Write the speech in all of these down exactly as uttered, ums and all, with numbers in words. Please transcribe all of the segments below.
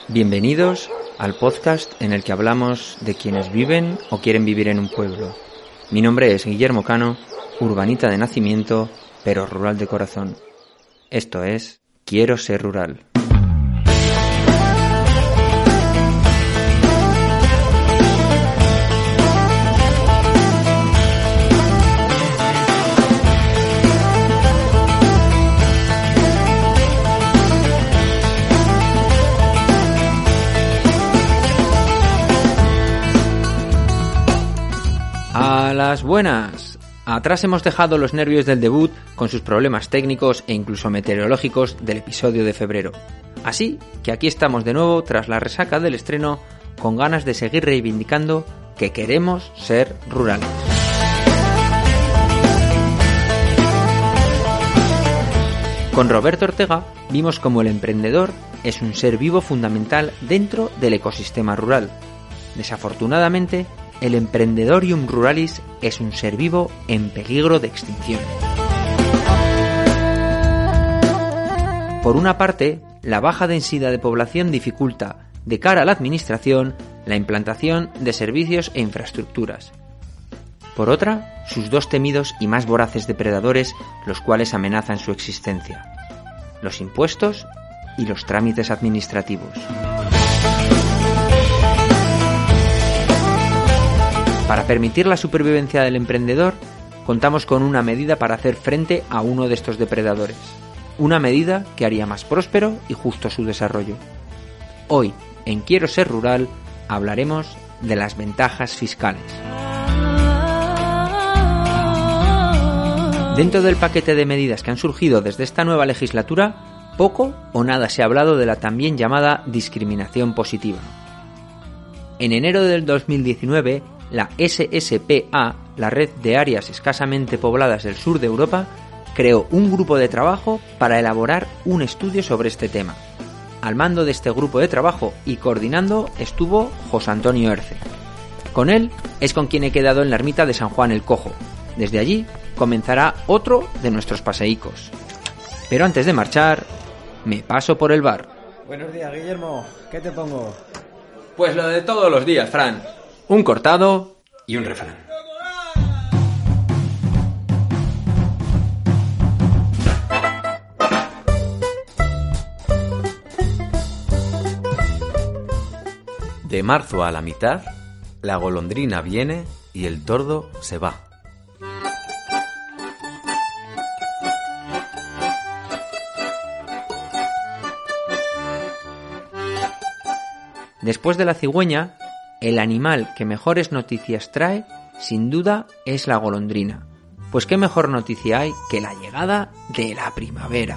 Bienvenidos al podcast en el que hablamos de quienes viven o quieren vivir en un pueblo. Mi nombre es Guillermo Cano, urbanita de nacimiento, pero rural de corazón. Esto es Quiero ser rural. A las buenas. Atrás hemos dejado los nervios del debut con sus problemas técnicos e incluso meteorológicos del episodio de febrero. Así que aquí estamos de nuevo tras la resaca del estreno con ganas de seguir reivindicando que queremos ser rurales. Con Roberto Ortega vimos cómo el emprendedor es un ser vivo fundamental dentro del ecosistema rural. Desafortunadamente, el emprendedorium ruralis es un ser vivo en peligro de extinción. Por una parte, la baja densidad de población dificulta, de cara a la administración, la implantación de servicios e infraestructuras. Por otra, sus dos temidos y más voraces depredadores, los cuales amenazan su existencia: los impuestos y los trámites administrativos. Para permitir la supervivencia del emprendedor, contamos con una medida para hacer frente a uno de estos depredadores. Una medida que haría más próspero y justo su desarrollo. Hoy, en Quiero ser rural, hablaremos de las ventajas fiscales. Dentro del paquete de medidas que han surgido desde esta nueva legislatura, poco o nada se ha hablado de la también llamada discriminación positiva. En enero del dos mil diecinueve, la S S P A, la Red de Áreas Escasamente Pobladas del Sur de Europa, creó un grupo de trabajo para elaborar un estudio sobre este tema. Al mando de este grupo de trabajo y coordinando estuvo José Antonio Erce. Con él es con quien he quedado en la ermita de San Juan el Cojo. Desde allí comenzará otro de nuestros paseícos. Pero antes de marchar, me paso por el bar. Buenos días, Guillermo. ¿Qué te pongo? Pues lo de todos los días, Fran. Un cortado y un refrán. De marzo a la mitad, la golondrina viene y el tordo se va. Después de la cigüeña, el animal que mejores noticias trae, sin duda, es la golondrina. Pues qué mejor noticia hay que la llegada de la primavera.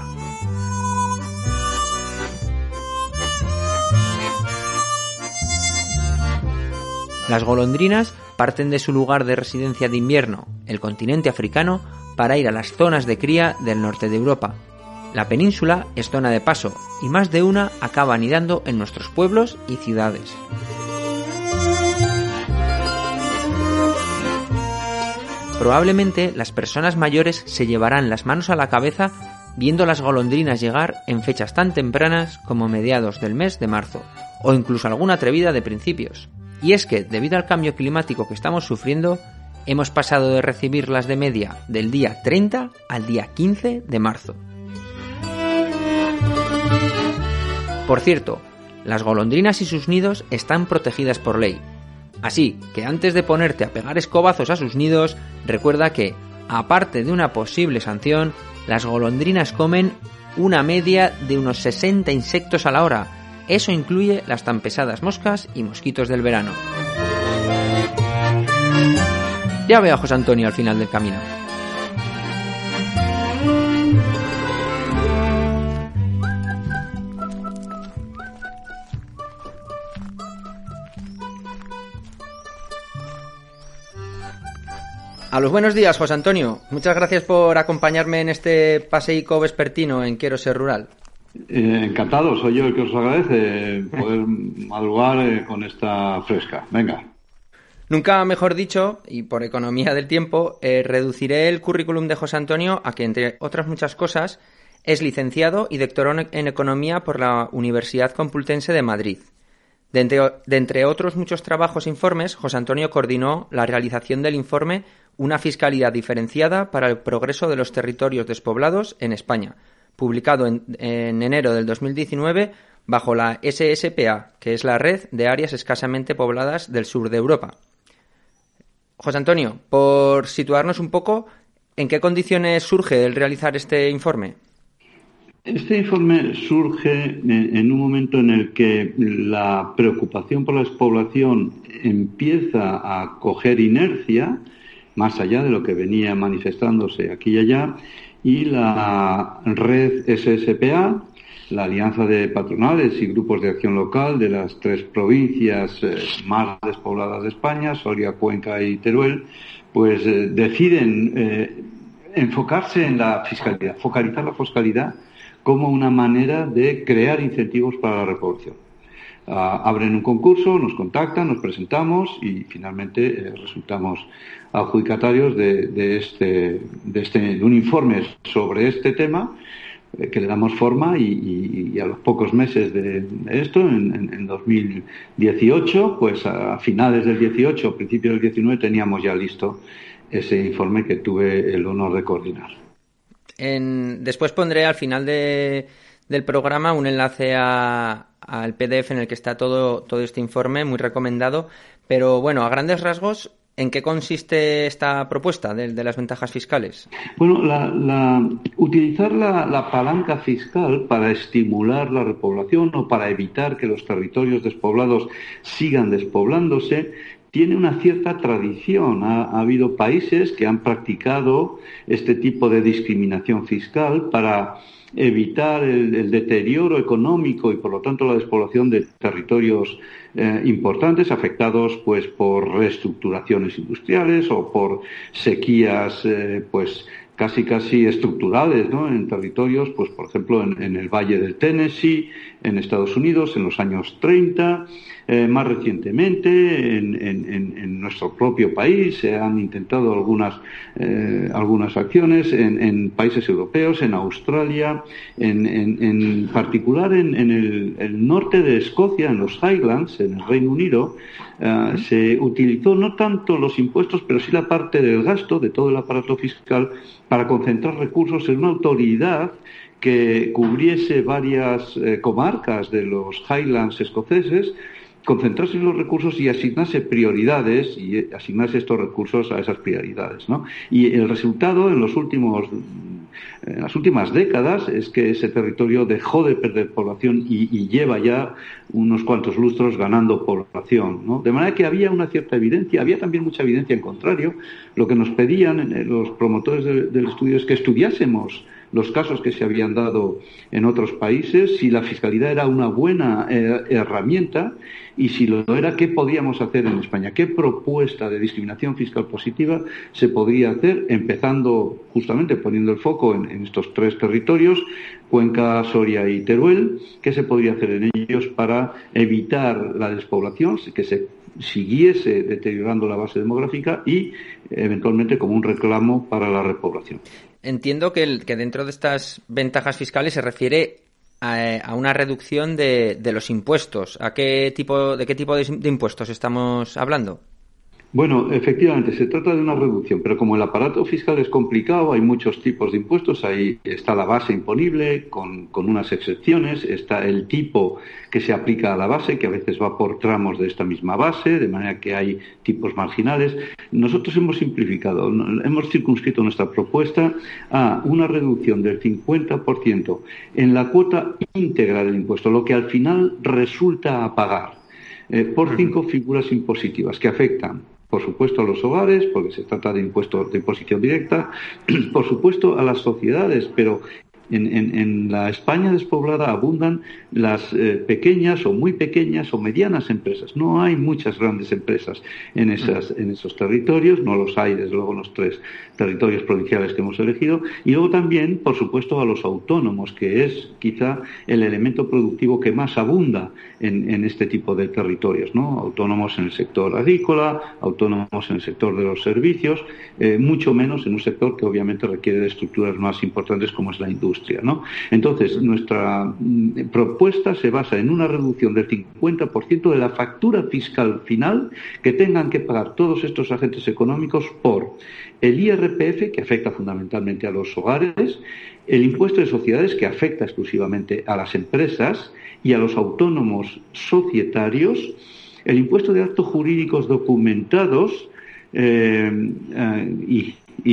Las golondrinas parten de su lugar de residencia de invierno, el continente africano, para ir a las zonas de cría del norte de Europa. La península es zona de paso y más de una acaba anidando en nuestros pueblos y ciudades. Probablemente las personas mayores se llevarán las manos a la cabeza viendo las golondrinas llegar en fechas tan tempranas como mediados del mes de marzo, o incluso alguna atrevida de principios. Y es que, debido al cambio climático que estamos sufriendo, hemos pasado de recibirlas de media del día treinta al día quince de marzo. Por cierto, las golondrinas y sus nidos están protegidas por ley. Así que antes de ponerte a pegar escobazos a sus nidos, recuerda que, aparte de una posible sanción, las golondrinas comen una media de unos sesenta insectos a la hora. Eso incluye las tan pesadas moscas y mosquitos del verano. Ya veo a José Antonio al final del camino. A los buenos días, José Antonio. Muchas gracias por acompañarme en este paseico vespertino en Quiero ser rural. Eh, encantado, soy yo el que os agradece poder madrugar eh, con esta fresca. Venga. Nunca mejor dicho, y por economía del tiempo, eh, reduciré el currículum de José Antonio a que, entre otras muchas cosas, Es licenciado y doctoró en Economía por la Universidad Complutense de Madrid. De entre, de entre otros muchos trabajos e informes, José Antonio coordinó la realización del informe Una fiscalidad diferenciada para el progreso de los territorios despoblados en España, publicado en, en enero del dos mil diecinueve bajo la S S P A, que es la Red de Áreas Escasamente Pobladas del Sur de Europa. José Antonio, por situarnos un poco, ¿en qué condiciones surge el realizar este informe? Este informe surge en un momento en el que la preocupación por la despoblación empieza a coger inercia, más allá de lo que venía manifestándose aquí y allá, y la red S S P A, la Alianza de Patronales y Grupos de Acción Local de las tres provincias eh, más despobladas de España, Soria, Cuenca y Teruel, pues eh, deciden eh, enfocarse en la fiscalidad, focalizar la fiscalidad como una manera de crear incentivos para la repoblación. Uh, abren un concurso, nos contactan, nos presentamos y finalmente eh, resultamos adjudicatarios de, de, este, de, este, de un informe sobre este tema eh, que le damos forma y, y, y a los pocos meses de, de esto, en, en, en dos mil dieciocho, pues a, a finales del dieciocho, principios del diecinueve, teníamos ya listo ese informe que tuve el honor de coordinar. En, después pondré al final de, del programa un enlace a al P D F en el que está todo, todo este informe, muy recomendado. Pero bueno, a grandes rasgos, ¿en qué consiste esta propuesta de, de las ventajas fiscales? Bueno, la, la, utilizar la, la palanca fiscal para estimular la repoblación o para evitar que los territorios despoblados sigan despoblándose tiene una cierta tradición. Ha, ha habido países que han practicado este tipo de discriminación fiscal para evitar el, el deterioro económico y por lo tanto la despoblación de territorios eh, importantes afectados pues por reestructuraciones industriales o por sequías eh, pues casi casi estructurales, ¿no? En territorios, pues por ejemplo en, en el Valle del Tennessee, en Estados Unidos, en los años treinta, eh, más recientemente en, en, en nuestro propio país se han intentado algunas eh, algunas acciones en, en países europeos, en Australia, en, en, en particular en, en el, el norte de Escocia, en los Highlands, en el Reino Unido. Uh, se utilizó no tanto los impuestos, pero sí la parte del gasto de todo el aparato fiscal para concentrar recursos en una autoridad que cubriese varias eh, comarcas de los Highlands escoceses, concentrarse los recursos y asignarse prioridades y asignarse estos recursos a esas prioridades, ¿no? Y el resultado en los últimos en las últimas décadas es que ese territorio dejó de perder población y, y lleva ya unos cuantos lustros ganando población, ¿no? De manera que había una cierta evidencia, había también mucha evidencia en contrario. Lo que nos pedían los promotores de, del estudio es que estudiásemos los casos que se habían dado en otros países, si la fiscalidad era una buena eh, herramienta y si lo era, qué podíamos hacer en España, qué propuesta de discriminación fiscal positiva se podría hacer, empezando justamente poniendo el foco en, en estos tres territorios, Cuenca, Soria y Teruel, qué se podría hacer en ellos para evitar la despoblación, que se siguiese deteriorando la base demográfica y eventualmente como un reclamo para la repoblación. Entiendo que, el, que dentro de estas ventajas fiscales se refiere a, a una reducción de, de los impuestos. ¿A qué tipo, de qué tipo de, de impuestos estamos hablando? Bueno, efectivamente, se trata de una reducción, pero como el aparato fiscal es complicado, hay muchos tipos de impuestos. Ahí está la base imponible, con, con unas excepciones, está el tipo que se aplica a la base, que a veces va por tramos de esta misma base, de manera que hay tipos marginales. Nosotros hemos simplificado, hemos circunscrito nuestra propuesta a una reducción del cincuenta por ciento en la cuota íntegra del impuesto, lo que al final resulta a pagar, eh, por cinco figuras impositivas que afectan, por supuesto, a los hogares, porque se trata de impuestos de imposición directa, por supuesto, a las sociedades, pero en, en, en la España despoblada abundan las eh, pequeñas o muy pequeñas o medianas empresas. No hay muchas grandes empresas en, esas, en esos territorios, no los hay, desde luego, en los tres territorios provinciales que hemos elegido. Y luego también, por supuesto, a los autónomos, que es quizá el elemento productivo que más abunda en, en este tipo de territorios, ¿no? Autónomos en el sector agrícola, autónomos en el sector de los servicios, eh, mucho menos en un sector que obviamente requiere de estructuras más importantes como es la industria. industria, ¿no? Entonces, nuestra mm, propuesta se basa en una reducción del cincuenta por ciento de la factura fiscal final que tengan que pagar todos estos agentes económicos por el I R P F, que afecta fundamentalmente a los hogares, el impuesto de sociedades, que afecta exclusivamente a las empresas y a los autónomos societarios, el impuesto de actos jurídicos documentados eh, eh, y,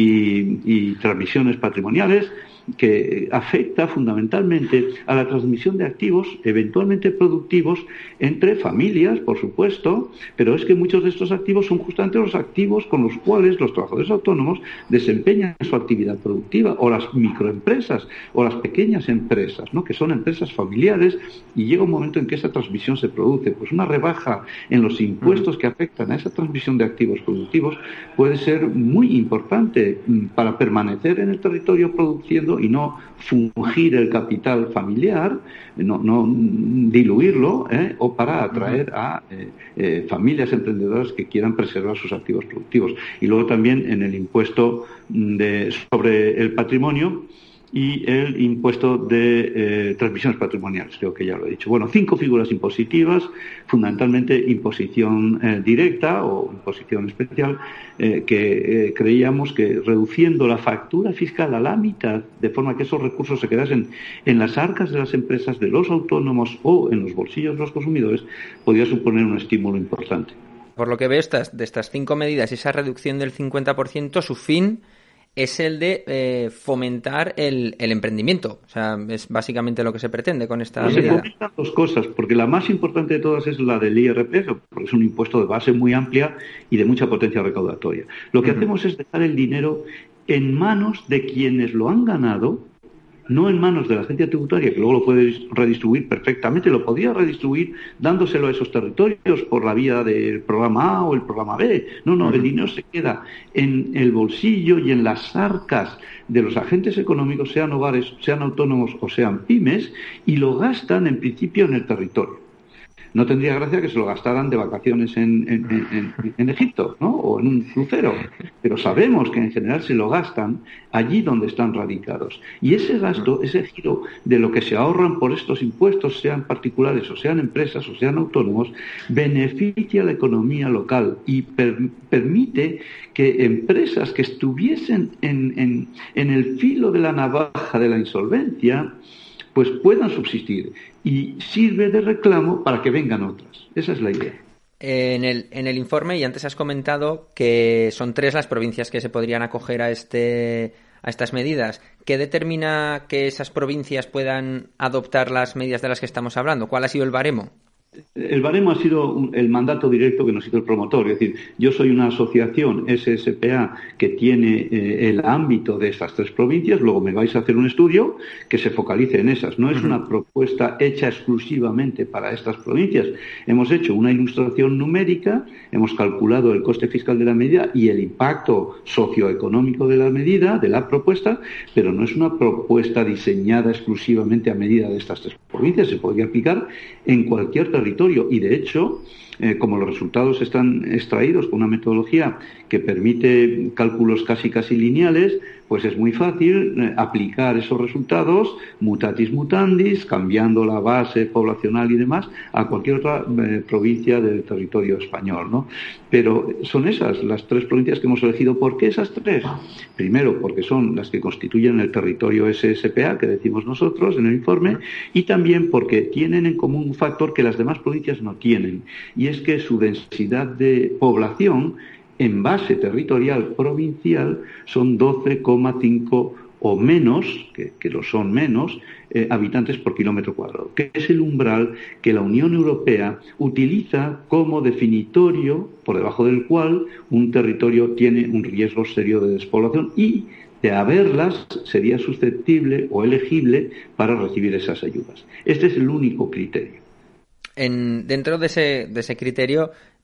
y, y transmisiones patrimoniales, que afecta fundamentalmente a la transmisión de activos eventualmente productivos entre familias, por supuesto, pero es que muchos de estos activos son justamente los activos con los cuales los trabajadores autónomos desempeñan su actividad productiva, o las microempresas, o las pequeñas empresas, ¿no?, que son empresas familiares, y llega un momento en que esa transmisión se produce. Pues una rebaja en los impuestos que afectan a esa transmisión de activos productivos puede ser muy importante para permanecer en el territorio produciendo y no fungir el capital familiar, no, no diluirlo, ¿eh? o para atraer a eh, eh, familias emprendedoras que quieran preservar sus activos productivos. Y luego también en el impuesto de, sobre el patrimonio y el impuesto de eh, transmisiones patrimoniales, creo que ya lo he dicho. Bueno, cinco figuras impositivas, fundamentalmente imposición eh, directa o imposición especial, eh, que eh, creíamos que reduciendo la factura fiscal a la mitad, de forma que esos recursos se quedasen en las arcas de las empresas, de los autónomos o en los bolsillos de los consumidores, podía suponer un estímulo importante. Por lo que veo, estas, de estas cinco medidas y esa reducción del cincuenta por ciento, su fin es el de eh, fomentar el, el emprendimiento. O sea, es básicamente lo que se pretende con esta medida. Se fomentan dos cosas, porque la más importante de todas es la del I R P F, porque es un impuesto de base muy amplia y de mucha potencia recaudatoria. Lo que uh-huh. hacemos es dejar el dinero en manos de quienes lo han ganado, no en manos de la agencia tributaria, que luego lo puede redistribuir perfectamente, lo podría redistribuir dándoselo a esos territorios por la vía del programa A o el programa B. No, no, el dinero se queda en el bolsillo y en las arcas de los agentes económicos, sean hogares, sean autónomos o sean pymes, y lo gastan en principio en el territorio. No tendría gracia que se lo gastaran de vacaciones en, en, en, en Egipto, ¿no?, o en un crucero, pero sabemos que en general se lo gastan allí donde están radicados. Y ese gasto, ese giro de lo que se ahorran por estos impuestos, sean particulares o sean empresas o sean autónomos, beneficia a la economía local y per, permite que empresas que estuviesen en, en, en el filo de la navaja de la insolvencia pues puedan subsistir, y sirve de reclamo para que vengan otras. Esa es la idea. En el, en el informe, y antes has comentado que son tres las provincias que se podrían acoger a este a estas medidas. ¿Qué determina que esas provincias puedan adoptar las medidas de las que estamos hablando? ¿Cuál ha sido el baremo? El baremo ha sido un, el mandato directo que nos hizo el promotor. Es decir, yo soy una asociación S S P A que tiene eh, el ámbito de estas tres provincias, luego me vais a hacer un estudio que se focalice en esas. No es uh-huh. una propuesta hecha exclusivamente para estas provincias. Hemos hecho una ilustración numérica, hemos calculado el coste fiscal de la medida y el impacto socioeconómico de la medida, de la propuesta, pero no es una propuesta diseñada exclusivamente a medida de estas tres provincias. Se podría aplicar en cualquier territorio. Y de hecho, eh, como los resultados están extraídos con una metodología que permite cálculos casi casi lineales, pues es muy fácil eh, aplicar esos resultados mutatis mutandis, cambiando la base poblacional y demás, a cualquier otra eh, provincia del territorio español, ¿no? Pero son esas las tres provincias que hemos elegido. ¿Por qué esas tres? Primero, porque son las que constituyen el territorio S S P A, que decimos nosotros en el informe, y también porque tienen en común un factor que las demás provincias no tienen, y es que su densidad de población en base territorial provincial son doce coma cinco o menos, que, que lo son menos, eh, habitantes por kilómetro cuadrado, que es el umbral que la Unión Europea utiliza como definitorio por debajo del cual un territorio tiene un riesgo serio de despoblación y, de haberlas, sería susceptible o elegible para recibir esas ayudas. Este es el único criterio. En, dentro de ese, de ese criterio,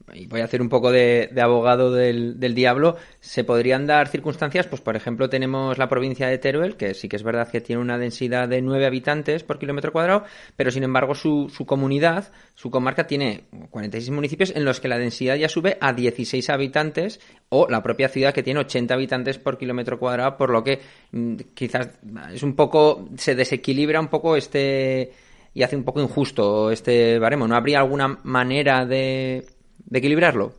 y voy a hacer un poco de, de abogado del, del diablo, se podrían dar circunstancias, pues por ejemplo tenemos la provincia de Teruel, que sí que es verdad que tiene una densidad de nueve habitantes por kilómetro cuadrado, pero sin embargo su, su comunidad, su comarca tiene cuarenta y seis municipios en los que la densidad ya sube a dieciséis habitantes, o la propia ciudad que tiene ochenta habitantes por kilómetro cuadrado, por lo que mmm, quizás es un poco, se desequilibra un poco este y hace un poco injusto este baremo. ¿No habría alguna manera de de equilibrarlo?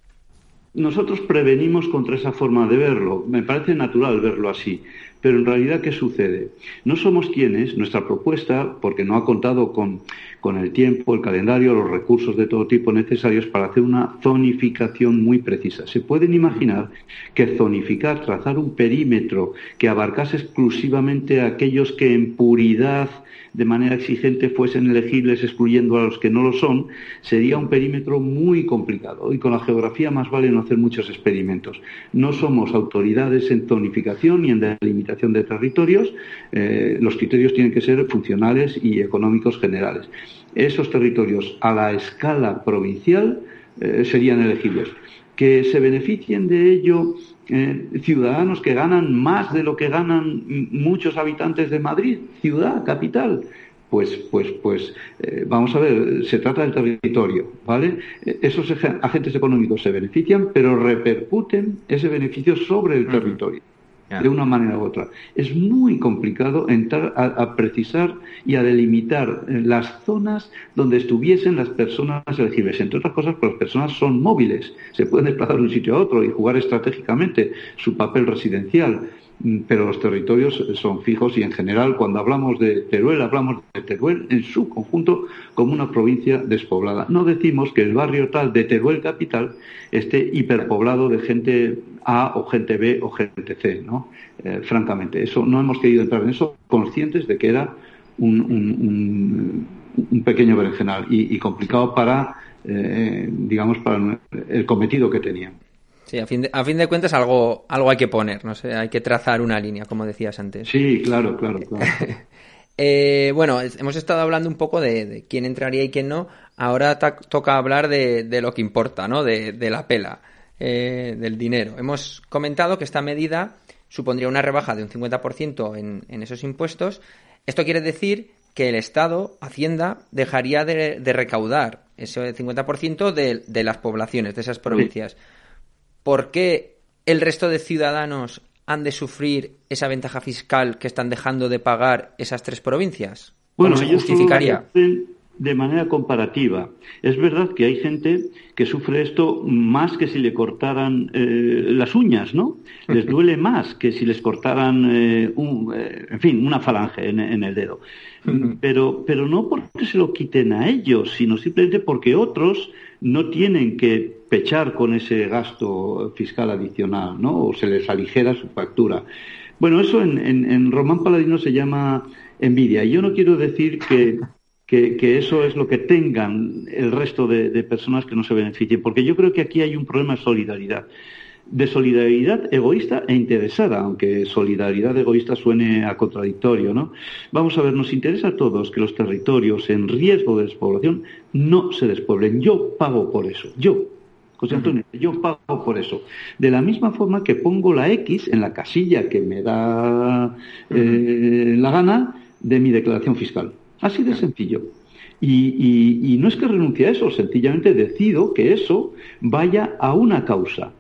Nosotros prevenimos contra esa forma de verlo. Me parece natural verlo así. Pero en realidad, ¿qué sucede? No somos quienes, nuestra propuesta, porque no ha contado con, con el tiempo, el calendario, los recursos de todo tipo necesarios para hacer una zonificación muy precisa. Se pueden imaginar que zonificar, trazar un perímetro que abarcase exclusivamente a aquellos que en puridad, de manera exigente, fuesen elegibles, excluyendo a los que no lo son, sería un perímetro muy complicado. Y con la geografía más vale no hacer muchos experimentos. No somos autoridades en zonificación ni en delimitación de territorios. Eh, los criterios tienen que ser funcionales y económicos generales. Esos territorios a la escala provincial eh, serían elegibles. Que se beneficien de ello eh, ciudadanos que ganan más de lo que ganan muchos habitantes de Madrid, ciudad, capital. Pues, pues, pues, eh, vamos a ver, se trata del territorio, ¿vale? Esos agentes económicos se benefician, pero repercuten ese beneficio sobre el territorio, de una manera u otra. Es muy complicado entrar a, a precisar y a delimitar las zonas donde estuviesen las personas elegibles. Entre otras cosas, porque las personas son móviles, se pueden desplazar de un sitio a otro y jugar estratégicamente su papel residencial. Pero los territorios son fijos y en general cuando hablamos de Teruel, hablamos de Teruel en su conjunto como una provincia despoblada. No decimos que el barrio tal de Teruel capital esté hiperpoblado de gente A o gente B o gente C, ¿no? Eh, francamente, eso no hemos querido entrar en eso, conscientes de que era un, un, un, un pequeño berenjenal y, y complicado para, eh, digamos, para el cometido que tenían. Sí, a fin de, a fin de cuentas algo algo hay que poner, no sé, hay que trazar una línea, como decías antes. Sí, claro, claro, claro. eh, bueno, hemos estado hablando un poco de, de quién entraría y quién no. Ahora ta- toca hablar de, de lo que importa, ¿no? De, de la pela, eh, del dinero. Hemos comentado que esta medida supondría una rebaja de un cincuenta por ciento en, en esos impuestos. Esto quiere decir que el Estado, Hacienda, dejaría de, de recaudar ese cincuenta por ciento de, de las poblaciones, de esas provincias. Sí. ¿Por qué el resto de ciudadanos han de sufrir esa ventaja fiscal que están dejando de pagar esas tres provincias? Bueno, ¿Cómo se justificaría? De manera comparativa. Es verdad que hay gente que sufre esto más que si le cortaran eh, las uñas, ¿no? Les duele más que si les cortaran, eh, un, eh, en fin, una falange en, en el dedo. Pero, pero no porque se lo quiten a ellos, sino simplemente porque otros no tienen que pechar con ese gasto fiscal adicional, ¿no? O se les aligera su factura. Bueno, eso en, en, en Román Paladino se llama envidia. Y yo no quiero decir que... Que, que eso es lo que tengan el resto de, de personas que no se beneficien, porque yo creo que aquí hay un problema de solidaridad, de solidaridad egoísta e interesada, aunque solidaridad egoísta suene a contradictorio, ¿no? Vamos a ver, nos interesa a todos que los territorios en riesgo de despoblación no se despueblen. Yo pago por eso, yo. José Antonio, yo pago por eso. De la misma forma que pongo la X en la casilla que me da eh, la gana de mi declaración fiscal. Así de sencillo. Y, y, y no es que renuncie a eso, sencillamente decido que eso vaya a una causa,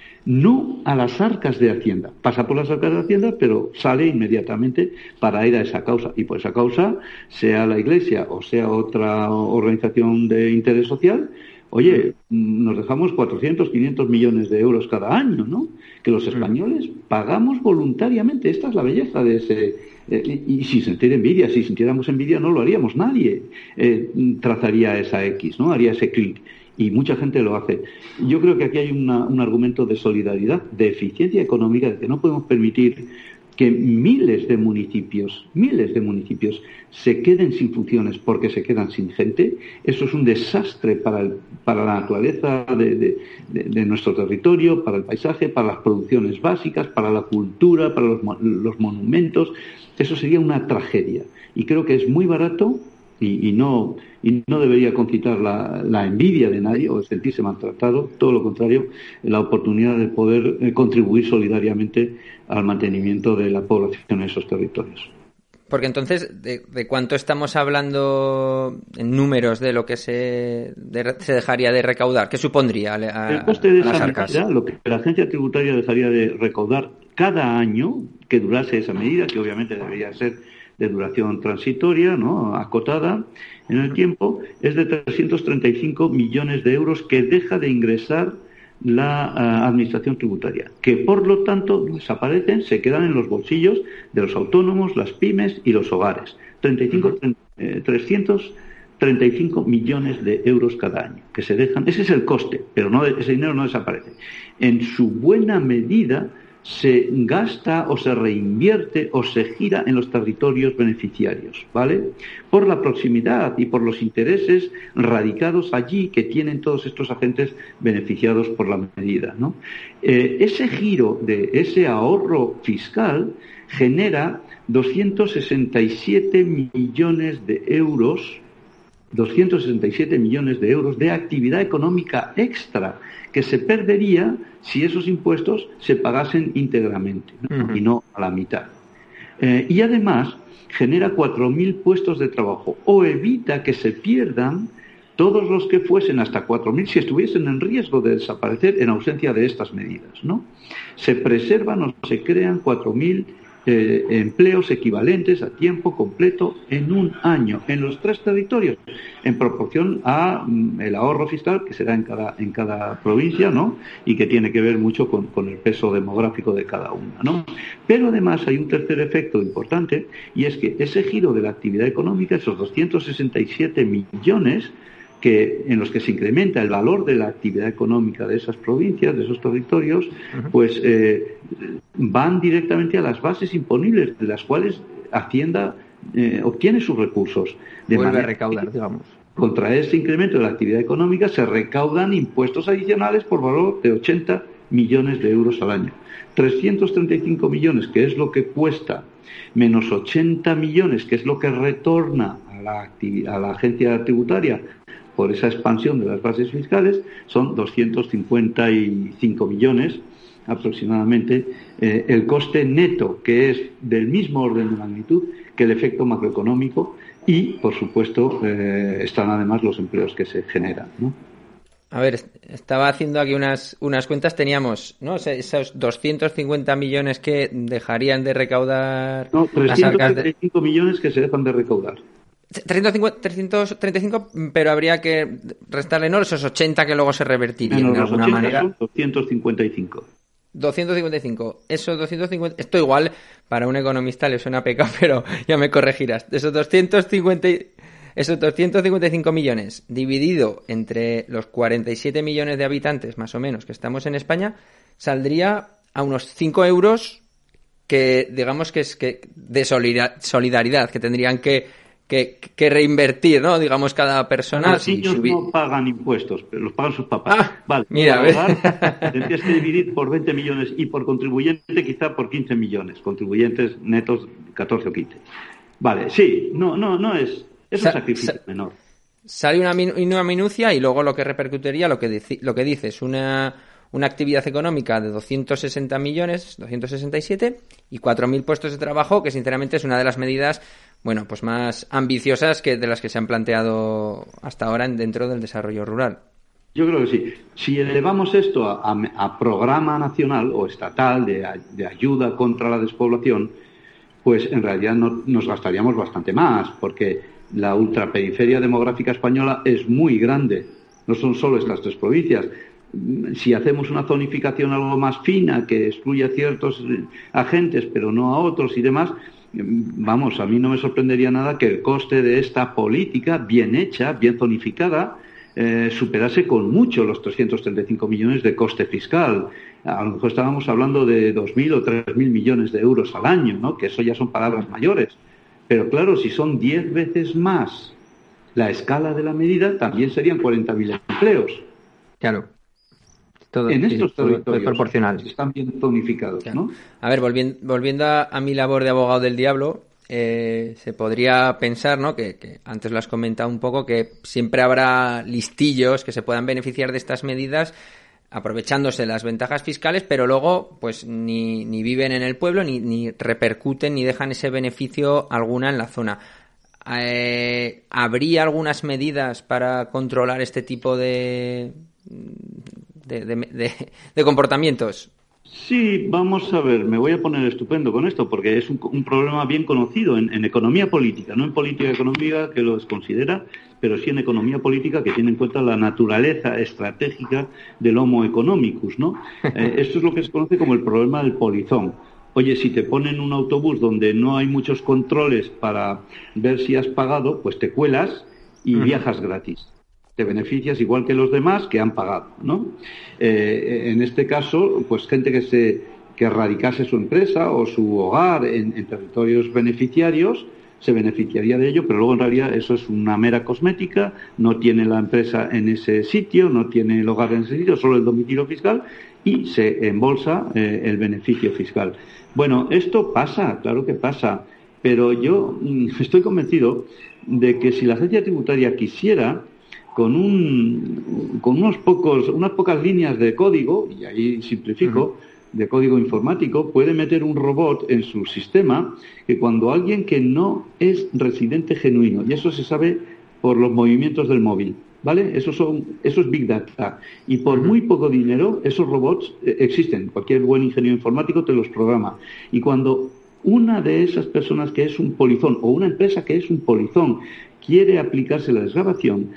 no a las arcas de Hacienda. Pasa por las arcas de Hacienda, pero sale inmediatamente para ir a esa causa. Y por esa causa, sea la Iglesia o sea otra organización de interés social, oye, nos dejamos cuatrocientos, quinientos millones de euros cada año, ¿no? Que los españoles pagamos voluntariamente. Esta es la belleza de ese... Eh, y, y sin sentir envidia, si sintiéramos envidia no lo haríamos, nadie eh, trazaría esa X, ¿no? Haría ese clic. Y mucha gente lo hace. Yo creo que aquí hay una, un argumento de solidaridad, de eficiencia económica, de que no podemos permitir que miles de municipios, miles de municipios se queden sin funciones porque se quedan sin gente. Eso es un desastre para, el, para la naturaleza de, de, de, de nuestro territorio, para el paisaje, para las producciones básicas, para la cultura, para los, los monumentos. Eso sería una tragedia. Y creo que es muy barato y, y no y no debería concitar la, la envidia de nadie o sentirse maltratado, todo lo contrario, la oportunidad de poder eh, contribuir solidariamente al mantenimiento de la población en esos territorios. Porque entonces, ¿de, de cuánto estamos hablando en números de lo que se, de, se dejaría de recaudar? ¿Qué supondría a, a, el coste de a las esa arcas? medida, lo que la agencia tributaria dejaría de recaudar cada año que durase esa medida, que obviamente debería ser de duración transitoria, ¿no?, acotada en el tiempo, es de trescientos treinta y cinco millones de euros que deja de ingresar la uh, administración tributaria, que por lo tanto desaparecen, se quedan en los bolsillos de los autónomos, las pymes y los hogares. treinta y cinco, eh, trescientos treinta y cinco millones de euros cada año que se dejan. Ese es el coste, pero no, ese dinero no desaparece. En su buena medida se gasta o se reinvierte o se gira en los territorios beneficiarios, ¿vale? Por la proximidad y por los intereses radicados allí que tienen todos estos agentes beneficiados por la medida, ¿no? Eh, ese giro de ese ahorro fiscal genera doscientos sesenta y siete millones de euros doscientos sesenta y siete millones de euros de actividad económica extra que se perdería si esos impuestos se pagasen íntegramente, ¿no? Uh-huh. Y no a la mitad. Eh, y además genera cuatro mil puestos de trabajo o evita que se pierdan todos los que fuesen hasta cuatro mil si estuviesen en riesgo de desaparecer en ausencia de estas medidas, ¿no? Se preservan o se crean cuatro mil Eh, empleos equivalentes a tiempo completo en un año en los tres territorios en proporción a mm, el ahorro fiscal que será en cada en cada provincia, ¿no?, y que tiene que ver mucho con, con el peso demográfico de cada una, ¿no? Pero además hay un tercer efecto importante, y es que ese giro de la actividad económica, esos doscientos sesenta y siete millones que en los que se incrementa el valor de la actividad económica de esas provincias, de esos territorios, uh-huh. pues eh, van directamente a las bases imponibles de las cuales Hacienda eh, obtiene sus recursos. De Vuelve manera a recaudar, que, digamos. Contra ese incremento de la actividad económica se recaudan impuestos adicionales por valor de ochenta millones de euros al año. trescientos treinta y cinco millones, que es lo que cuesta, menos ochenta millones, que es lo que retorna a la, activ- a la agencia tributaria por esa expansión de las bases fiscales, son doscientos cincuenta y cinco millones aproximadamente, eh, el coste neto, que es del mismo orden de magnitud que el efecto macroeconómico, y, por supuesto, eh, están además los empleos que se generan, ¿no? A ver, estaba haciendo aquí unas unas cuentas, teníamos, ¿no?, esos doscientos cincuenta millones que dejarían de recaudar. No, trescientos treinta y cinco de... millones que se dejan de recaudar. trescientos treinta y cinco, pero habría que restarle, ¿no?, esos ochenta que luego se revertirían Menos de alguna manera. Son doscientos cincuenta y cinco. doscientos cincuenta y cinco. Esos doscientos cincuenta... Esto igual para un economista le suena pecado, pero ya me corregirás. Esos doscientos cincuenta... Esos doscientos cincuenta y cinco millones dividido entre los cuarenta y siete millones de habitantes, más o menos, que estamos en España, saldría a unos cinco euros que, digamos, que es que de solidaridad, que tendrían que, que, que reinvertir, ¿no? Digamos, cada persona. Los niños si subi... no pagan impuestos, pero los pagan sus papás. Ah, vale, mira, hogar, tendrías que dividir por veinte millones y por contribuyente quizá por quince millones. Contribuyentes netos catorce o quince. Vale, sí, no, no, no es... Es un sacrificio sa- menor. Sale una, min- una minucia y luego lo que repercutiría, lo que, dici- lo que dices, una, una actividad económica de doscientos sesenta millones, doscientos sesenta y siete, y cuatro mil puestos de trabajo, que sinceramente es una de las medidas, bueno, pues más ambiciosas que de las que se han planteado hasta ahora en, dentro del desarrollo rural. Yo creo que sí. Si elevamos esto a, a, a programa nacional o estatal de, de ayuda contra la despoblación, pues en realidad no, nos gastaríamos bastante más, porque la ultraperiferia demográfica española es muy grande, no son solo estas tres provincias. Si hacemos una zonificación algo más fina, que excluya a ciertos agentes pero no a otros y demás, vamos, a mí no me sorprendería nada que el coste de esta política bien hecha, bien zonificada, eh, superase con mucho los trescientos treinta y cinco millones de coste fiscal. A lo mejor estábamos hablando de dos mil o tres mil millones de euros al año, ¿no?, que eso ya son palabras mayores. Pero claro, si son diez veces más la escala de la medida, también serían cuarenta mil empleos. Claro. Todo, en sí, estos todo, territorios todo es proporcional. están bien zonificados, claro. ¿No? A ver, volviendo, volviendo a, a mi labor de abogado del diablo, eh, se podría pensar, ¿no? Que, que antes lo has comentado un poco, que siempre habrá listillos que se puedan beneficiar de estas medidas aprovechándose de las ventajas fiscales, pero luego pues ni, ni viven en el pueblo, ni, ni repercuten, ni dejan ese beneficio alguna en la zona. Eh, ¿Habría algunas medidas para controlar este tipo de, de, de, de, de comportamientos? Sí, vamos a ver, me voy a poner estupendo con esto, porque es un, un problema bien conocido en, en economía política, no en política económica, que lo desconsidera, pero sí en economía política, que tiene en cuenta la naturaleza estratégica del Homo economicus, ¿no? Eh, esto es lo que se conoce como el problema del polizón. Oye, si te ponen un autobús donde no hay muchos controles para ver si has pagado, pues te cuelas y viajas gratis. Te beneficias igual que los demás que han pagado, ¿no? Eh, en este caso, pues gente que se que radicase su empresa o su hogar en, en territorios beneficiarios se beneficiaría de ello, pero luego en realidad eso es una mera cosmética, no tiene la empresa en ese sitio, no tiene el hogar en ese sitio, solo el domicilio fiscal y se embolsa eh, el beneficio fiscal. Bueno, esto pasa, claro que pasa, pero yo mm, estoy convencido de que si la agencia tributaria quisiera con un con unos pocos unas pocas líneas de código, y ahí simplifico, uh-huh. de código informático, puede meter un robot en su sistema que cuando alguien que no es residente genuino, y eso se sabe por los movimientos del móvil, ¿vale? Eso son eso es Big Data, y por uh-huh. muy poco dinero esos robots eh, existen, cualquier buen ingeniero informático te los programa, y cuando una de esas personas que es un polizón o una empresa que es un polizón quiere aplicarse la desgravación,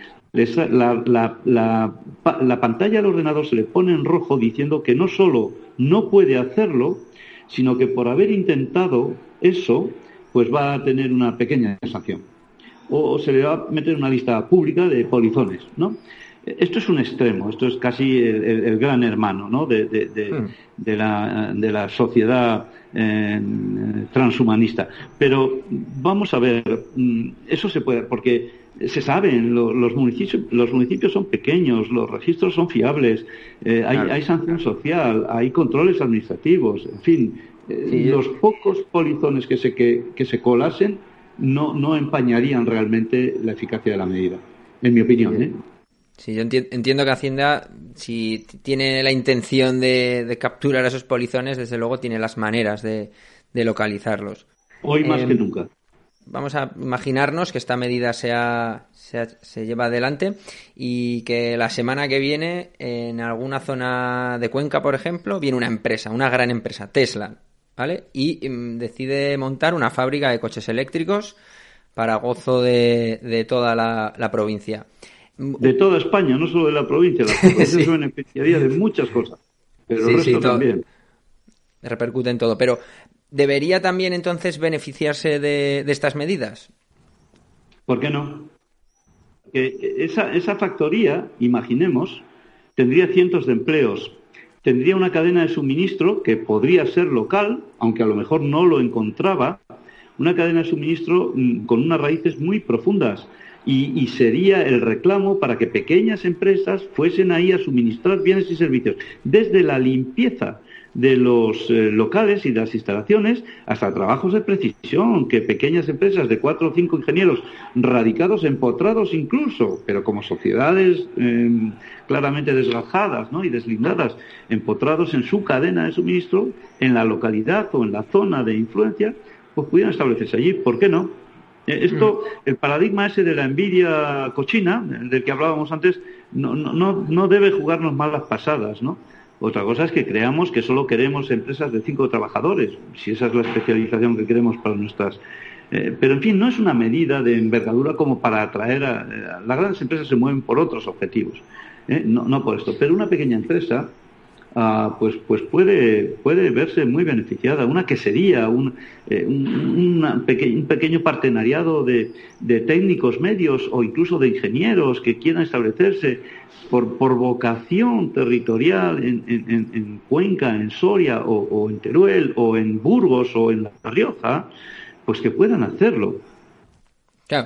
La, la, la, la pantalla del ordenador se le pone en rojo diciendo que no solo no puede hacerlo, sino que por haber intentado eso, pues va a tener una pequeña sanción. O, o se le va a meter en una lista pública de polizones, ¿no? Esto es un extremo, esto es casi el, el, el gran hermano, ¿no? de, de, de, mm. de, la, de la sociedad eh, transhumanista. Pero vamos a ver, eso se puede, porque se saben, los, los municipios los municipios son pequeños, los registros son fiables, eh, hay, claro. hay sanción social, hay controles administrativos, en fin, eh, sí, los yo... pocos polizones que se, que, que se colasen no, no empañarían realmente la eficacia de la medida, en mi opinión, sí. ¿eh? Sí, yo enti- entiendo que Hacienda, si tiene la intención de, de capturar a esos polizones, desde luego tiene las maneras de, de localizarlos. Hoy más eh, que nunca. Vamos a imaginarnos que esta medida sea, sea, se lleva adelante y que la semana que viene, en alguna zona de Cuenca, por ejemplo, viene una empresa, una gran empresa, Tesla, ¿vale? Y um, decide montar una fábrica de coches eléctricos para gozo de, de toda la, la provincia. De toda España, no solo de la provincia. La provincia sí. se beneficiaría de muchas cosas, pero sí, el resto sí, también. Repercute en todo. Pero, ¿debería también entonces beneficiarse de, de estas medidas? ¿Por qué no? Que esa, esa factoría, imaginemos, tendría cientos de empleos, tendría una cadena de suministro que podría ser local, aunque a lo mejor no lo encontraba, una cadena de suministro con unas raíces muy profundas. Y, y sería el reclamo para que pequeñas empresas fuesen ahí a suministrar bienes y servicios, desde la limpieza de los eh, locales y de las instalaciones hasta trabajos de precisión, que pequeñas empresas de cuatro o cinco ingenieros radicados, empotrados incluso, pero como sociedades eh, claramente desgajadas, ¿no? y deslindadas, empotrados en su cadena de suministro, en la localidad o en la zona de influencia, pues pudieran establecerse allí. ¿Por qué no? Esto, el paradigma ese de la envidia cochina, del que hablábamos antes, no, no, no debe jugarnos malas pasadas, ¿no? Otra cosa es que creamos que solo queremos empresas de cinco trabajadores, si esa es la especialización que queremos para nuestras... Eh, pero, en fin, no es una medida de envergadura como para atraer a... a las grandes empresas se mueven por otros objetivos, ¿eh? no, no por esto. Pero una pequeña empresa... Uh, pues pues puede puede verse muy beneficiada, una quesería, un, eh, un, una peque- un pequeño partenariado de, de técnicos medios o incluso de ingenieros que quieran establecerse por, por vocación territorial en, en, en Cuenca, en Soria o, o en Teruel o en Burgos o en La Rioja, pues que puedan hacerlo. Claro.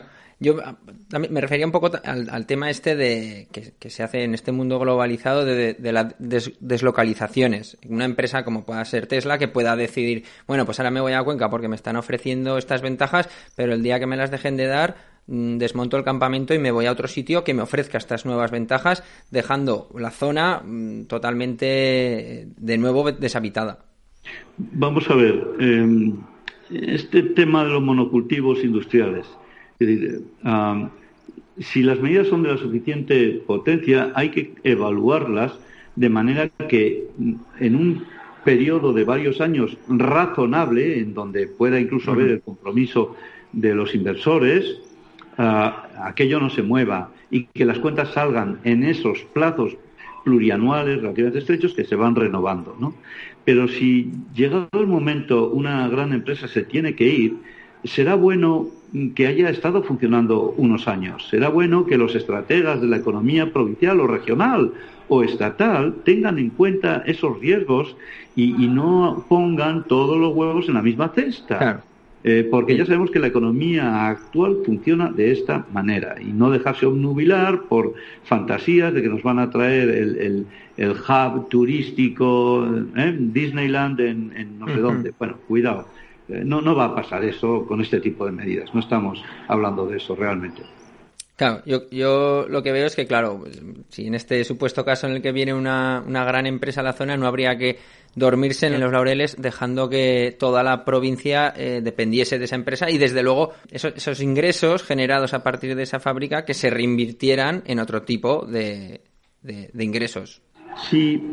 Yo me refería un poco al, al tema este de que, que se hace en este mundo globalizado de, de las des, deslocalizaciones. Una empresa como pueda ser Tesla que pueda decidir, bueno, pues ahora me voy a Cuenca porque me están ofreciendo estas ventajas, pero el día que me las dejen de dar, desmonto el campamento y me voy a otro sitio que me ofrezca estas nuevas ventajas, dejando la zona totalmente de nuevo deshabitada. Vamos a ver, eh, este tema de los monocultivos industriales. Es decir, um, si las medidas son de la suficiente potencia, hay que evaluarlas de manera que en un periodo de varios años razonable, en donde pueda incluso uh-huh. haber el compromiso de los inversores, uh, aquello no se mueva y que las cuentas salgan en esos plazos plurianuales relativamente estrechos que se van renovando, ¿no? Pero si llegado el momento una gran empresa se tiene que ir, será bueno que haya estado funcionando unos años. Será bueno que los estrategas de la economía provincial o regional o estatal tengan en cuenta esos riesgos y, y no pongan todos los huevos en la misma cesta. Claro. Eh, porque ya sabemos que la economía actual funciona de esta manera y no dejarse obnubilar por fantasías de que nos van a traer el, el, el hub turístico, ¿eh? Disneyland en, en no sé uh-huh. dónde. Bueno, cuidado. No, no va a pasar eso con este tipo de medidas. No estamos hablando de eso realmente. Claro, yo, yo lo que veo es que, claro, si en este supuesto caso en el que viene una, una gran empresa a la zona, no habría que dormirse en los laureles dejando que toda la provincia eh, dependiese de esa empresa y, desde luego, esos, esos ingresos generados a partir de esa fábrica que se reinvirtieran en otro tipo de, de, de ingresos. Si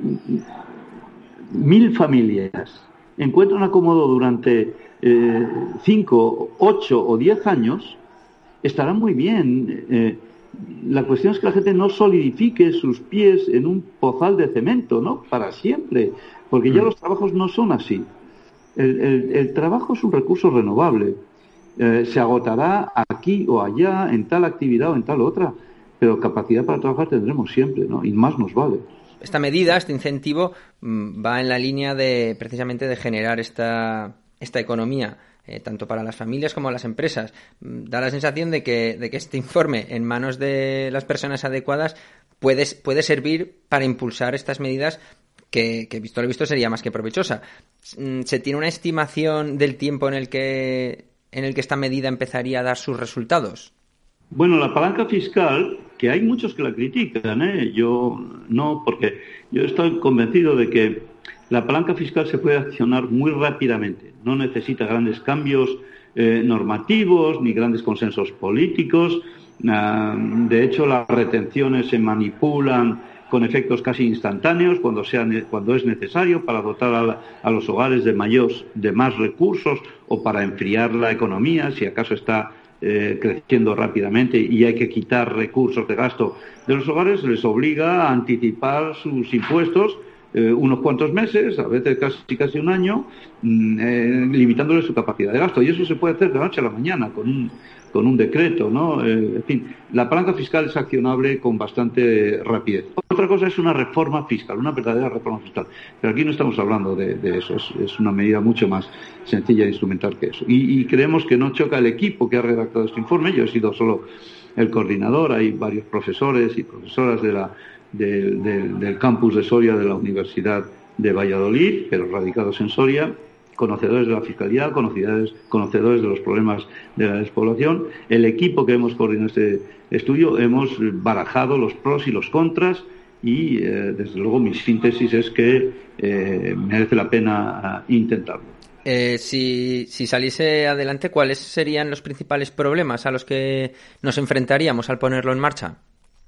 mil familias encuentran acomodo durante eh, cinco, ocho o diez años, estará muy bien. Eh, la cuestión es que la gente no solidifique sus pies en un pozal de cemento, ¿no? Para siempre, porque ya los trabajos no son así. El, el, el trabajo es un recurso renovable. Eh, se agotará aquí o allá, en tal actividad o en tal otra, pero capacidad para trabajar tendremos siempre, ¿no? Y más nos vale. Esta medida, este incentivo, va en la línea de precisamente de generar esta, esta economía, eh, tanto para las familias como las empresas. Da la sensación de que, de que este informe, en manos de las personas adecuadas, puede, puede servir para impulsar estas medidas que, que visto lo visto, sería más que provechosa. ¿Se tiene una estimación del tiempo en el que, en el que esta medida empezaría a dar sus resultados? Bueno, la palanca fiscal, que hay muchos que la critican, ¿eh? Yo no, porque yo estoy convencido de que la palanca fiscal se puede accionar muy rápidamente. No necesita grandes cambios eh, normativos ni grandes consensos políticos. Uh, de hecho, las retenciones se manipulan con efectos casi instantáneos cuando, sea, cuando es necesario para dotar a, a los hogares de, mayor, de más recursos o para enfriar la economía, si acaso está Eh, creciendo rápidamente y hay que quitar recursos de gasto de los hogares, les obliga a anticipar sus impuestos eh, unos cuantos meses, a veces casi casi un año, eh, limitándoles su capacidad de gasto. Y eso se puede hacer de noche a la mañana con un, con un decreto, ¿no? Eh, en fin, la palanca fiscal es accionable con bastante rapidez. Otra cosa es una reforma fiscal, una verdadera reforma fiscal. Pero aquí no estamos hablando de, de eso, es, es una medida mucho más sencilla e instrumental que eso. Y, y creemos que no choca el equipo que ha redactado este informe. Yo he sido solo el coordinador, hay varios profesores y profesoras de la, de, de, del campus de Soria de la Universidad de Valladolid, pero radicados en Soria, conocedores de la fiscalidad, conocedores, conocedores de los problemas de la despoblación. El equipo que hemos coordinado este estudio hemos barajado los pros y los contras y, eh, desde luego, mi síntesis es que eh, merece la pena intentarlo. Eh, si, si saliese adelante, ¿cuáles serían los principales problemas a los que nos enfrentaríamos al ponerlo en marcha?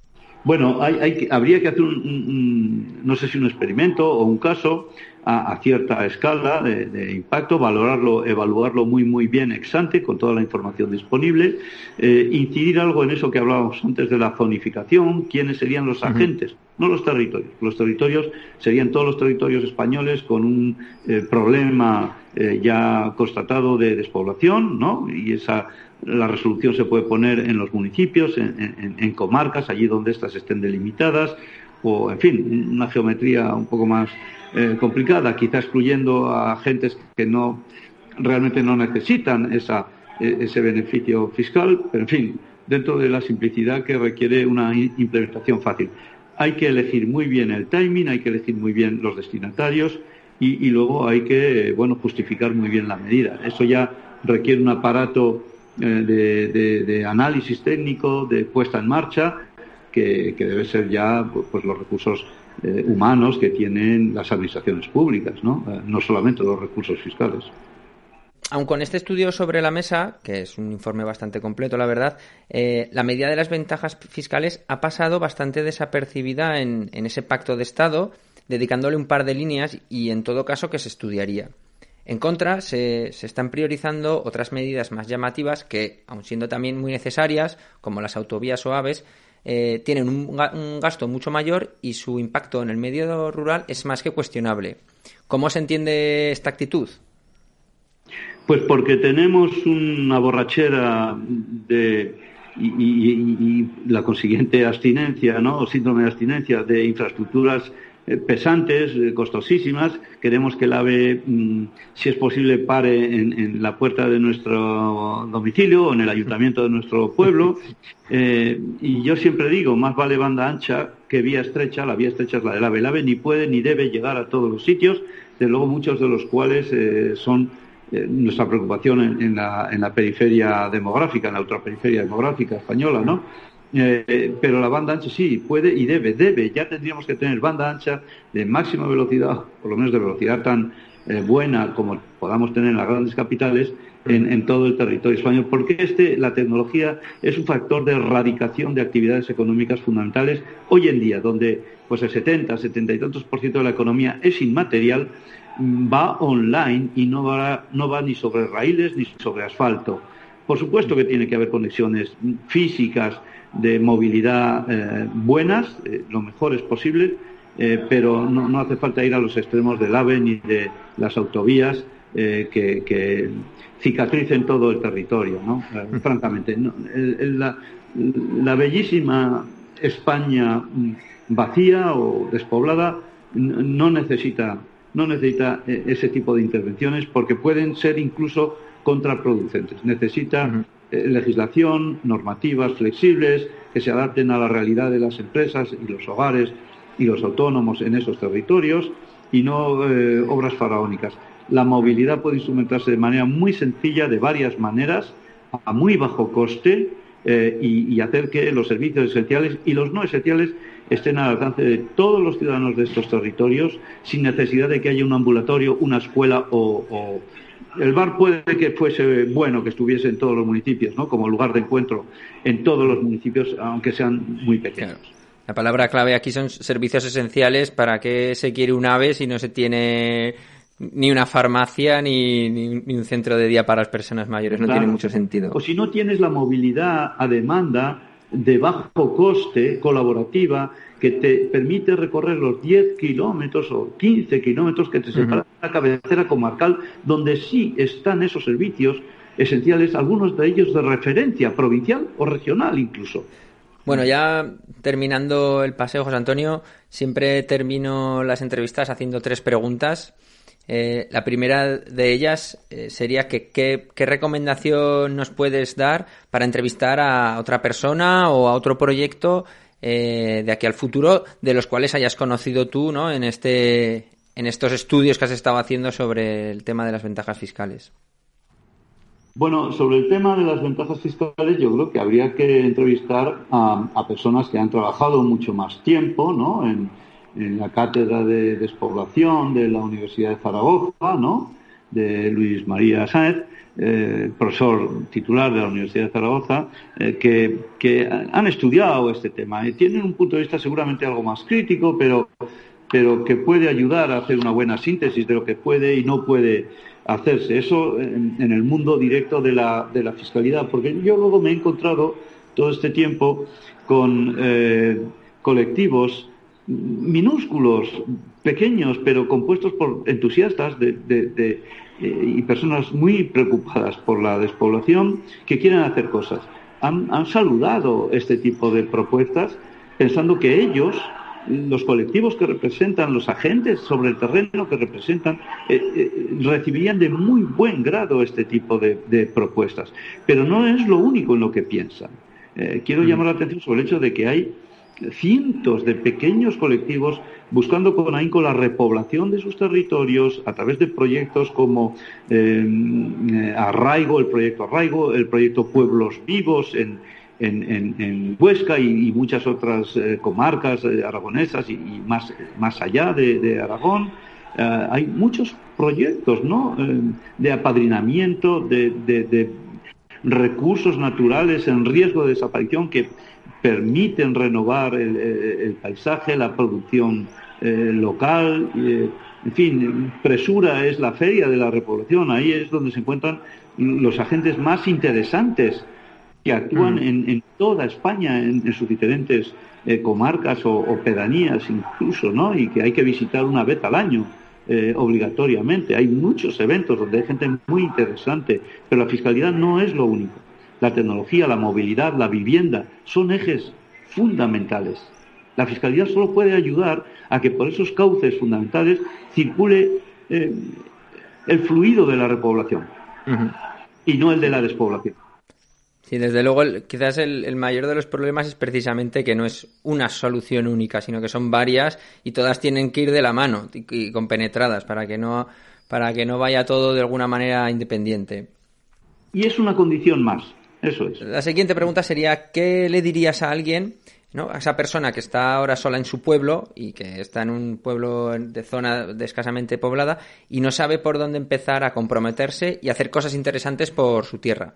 Bueno, hay, hay, habría que hacer un, un, un, no sé si un experimento o un caso a, a cierta escala de, de impacto, valorarlo, evaluarlo muy muy bien ex ante con toda la información disponible, eh, incidir algo en eso que hablábamos antes de la zonificación, quiénes serían los agentes, uh-huh. no los territorios. Los territorios serían todos los territorios españoles con un eh, problema eh, ya constatado de despoblación, ¿no? Y esa la resolución se puede poner en los municipios, en, en, en comarcas, allí donde éstas estén delimitadas, o, en fin, una geometría un poco más eh, complicada, quizá excluyendo a agentes que no realmente no necesitan esa, ese beneficio fiscal, pero, en fin, dentro de la simplicidad que requiere una implementación fácil. Hay que elegir muy bien el timing, hay que elegir muy bien los destinatarios y, y luego hay que, bueno, justificar muy bien la medida. Eso ya requiere un aparato eh, de, de, de análisis técnico, de puesta en marcha, que, que debe ser ya pues los recursos eh, humanos que tienen las administraciones públicas, ¿no? Eh, no solamente los recursos fiscales. Aun con este estudio sobre la mesa, que es un informe bastante completo, la verdad, eh, la medida de las ventajas fiscales ha pasado bastante desapercibida en, en ese pacto de Estado, dedicándole un par de líneas y, en todo caso, que se estudiaría. En contra, se, se están priorizando otras medidas más llamativas que, aun siendo también muy necesarias, como las autovías o AVEs, eh, tienen un, un gasto mucho mayor y su impacto en el medio rural es más que cuestionable. ¿Cómo se entiende esta actitud? Pues porque tenemos una borrachera de y, y, y la consiguiente abstinencia, ¿no? O síndrome de abstinencia de infraestructuras eh, pesantes, eh, costosísimas. Queremos que el AVE, mmm, si es posible, pare en, en la puerta de nuestro domicilio o en el ayuntamiento de nuestro pueblo. Eh, y yo siempre digo, más vale banda ancha que vía estrecha. La vía estrecha es la del AVE. El AVE ni puede ni debe llegar a todos los sitios, de luego muchos de los cuales eh, son nuestra preocupación en, en, la, en la periferia demográfica, en la ultraperiferia demográfica española, ¿no? Eh, pero la banda ancha sí, puede y debe, debe. Ya tendríamos que tener banda ancha de máxima velocidad, por lo menos de velocidad tan eh, buena como podamos tener en las grandes capitales, en, en todo el territorio español, porque este, la tecnología es un factor de erradicación de actividades económicas fundamentales hoy en día, donde pues el setenta, setenta y tantos por ciento de la economía es inmaterial, va online y no va, no va ni sobre raíles ni sobre asfalto. Por supuesto que tiene que haber conexiones físicas de movilidad eh, buenas, eh, lo mejores posible, eh, pero no, no hace falta ir a los extremos del AVE ni de las autovías eh, que, que cicatricen todo el territorio, ¿no? Eh, francamente, no, el, el, la, la bellísima España vacía o despoblada no necesita no necesita ese tipo de intervenciones porque pueden ser incluso contraproducentes. Necesita uh-huh. eh, legislación, normativas flexibles que se adapten a la realidad de las empresas y los hogares y los autónomos en esos territorios y no eh, obras faraónicas. La movilidad puede instrumentarse de manera muy sencilla, de varias maneras, a muy bajo coste eh, y, y hacer que los servicios esenciales y los no esenciales estén al alcance de todos los ciudadanos de estos territorios sin necesidad de que haya un ambulatorio, una escuela o, o... El bar puede que fuese bueno que estuviese en todos los municipios, ¿no? Como lugar de encuentro en todos los municipios, aunque sean muy pequeños. Claro. La palabra clave aquí son servicios esenciales. ¿Para qué se quiere un AVE si no se tiene ni una farmacia ni, ni, ni un centro de día para las personas mayores? No claro. Tiene mucho sentido. O si no tienes la movilidad a demanda de bajo coste, colaborativa, que te permite recorrer los diez kilómetros o quince kilómetros que te separan uh-huh. de la cabecera comarcal, donde sí están esos servicios esenciales, algunos de ellos de referencia provincial o regional incluso. Bueno, ya terminando el paseo, José Antonio, siempre termino las entrevistas haciendo tres preguntas. Eh, la primera de ellas eh, sería que ¿qué, qué recomendación nos puedes dar para entrevistar a otra persona o a otro proyecto eh, de aquí al futuro, de los cuales hayas conocido tú, ¿no? en este en estos estudios que has estado haciendo sobre el tema de las ventajas fiscales? Bueno, sobre el tema de las ventajas fiscales yo creo que habría que entrevistar a, a personas que han trabajado mucho más tiempo, ¿no? En, en la cátedra de despoblación de la Universidad de Zaragoza, ¿no? De Luis María Sáenz, eh, profesor titular de la Universidad de Zaragoza, eh, que, que han estudiado este tema. Eh, tienen un punto de vista seguramente algo más crítico, pero, pero que puede ayudar a hacer una buena síntesis de lo que puede y no puede hacerse. Eso en, en el mundo directo de la, de la fiscalidad, porque yo luego me he encontrado todo este tiempo con eh, colectivos minúsculos, pequeños, pero compuestos por entusiastas de, de, de, eh, y personas muy preocupadas por la despoblación que quieren hacer cosas. Han, han saludado este tipo de propuestas pensando que ellos, los colectivos que representan, los agentes sobre el terreno que representan, eh, eh, recibirían de muy buen grado este tipo de, de propuestas. Pero no es lo único en lo que piensan. Eh, quiero llamar la atención sobre el hecho de que hay cientos de pequeños colectivos buscando con ahínco la repoblación de sus territorios a través de proyectos como eh, Arraigo, el proyecto Arraigo, el proyecto Pueblos Vivos en, en, en, en Huesca y, y muchas otras eh, comarcas eh, aragonesas y, y más, más allá de, de Aragón. Eh, hay muchos proyectos, ¿no? Eh, de apadrinamiento, de, de, de recursos naturales en riesgo de desaparición que permiten renovar el, el paisaje, la producción eh, local, eh, en fin, Presura es la feria de la repoblación, ahí es donde se encuentran los agentes más interesantes que actúan mm. en, en toda España, en, en sus diferentes eh, comarcas o, o pedanías incluso, ¿no? Y que hay que visitar una vez al año. Eh, obligatoriamente. Hay muchos eventos donde hay gente muy interesante, pero la fiscalidad no es lo único. La tecnología, la movilidad, la vivienda son ejes fundamentales. La fiscalidad solo puede ayudar a que por esos cauces fundamentales circule eh, el fluido de la repoblación uh-huh. y no el de la despoblación. Sí, desde luego, el, quizás el, el mayor de los problemas es precisamente que no es una solución única, sino que son varias y todas tienen que ir de la mano y, y compenetradas para que no para que no vaya todo de alguna manera independiente. Y es una condición más, eso es. La siguiente pregunta sería, ¿qué le dirías a alguien, ¿no? A esa persona que está ahora sola en su pueblo y que está en un pueblo de zona de escasamente poblada y no sabe por dónde empezar a comprometerse y hacer cosas interesantes por su tierra?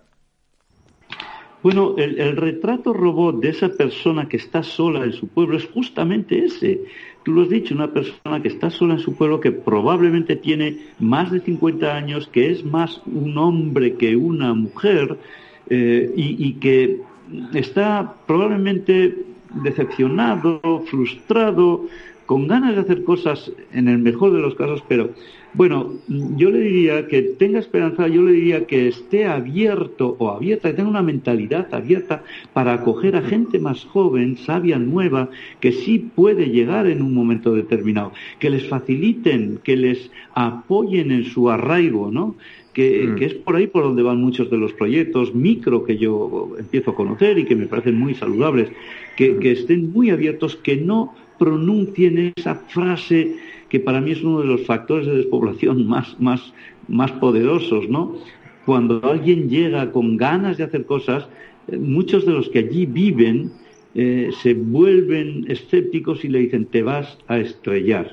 Bueno, el, el retrato robot de esa persona que está sola en su pueblo es justamente ese. Tú lo has dicho, una persona que está sola en su pueblo, que probablemente tiene más de cincuenta años, que es más un hombre que una mujer eh, y, y que está probablemente decepcionado, frustrado, con ganas de hacer cosas en el mejor de los casos, pero bueno, yo le diría que tenga esperanza, yo le diría que esté abierto o abierta, que tenga una mentalidad abierta para acoger a gente más joven, sabia, nueva, que sí puede llegar en un momento determinado, que les faciliten, que les apoyen en su arraigo, ¿no? Que, mm. que es por ahí por donde van muchos de los proyectos micro que yo empiezo a conocer y que me parecen muy saludables, que, mm. que estén muy abiertos, que no pronuncien esa frase que para mí es uno de los factores de despoblación más, más, más poderosos, ¿no? Cuando alguien llega con ganas de hacer cosas, eh, muchos de los que allí viven eh, se vuelven escépticos y le dicen, te vas a estrellar.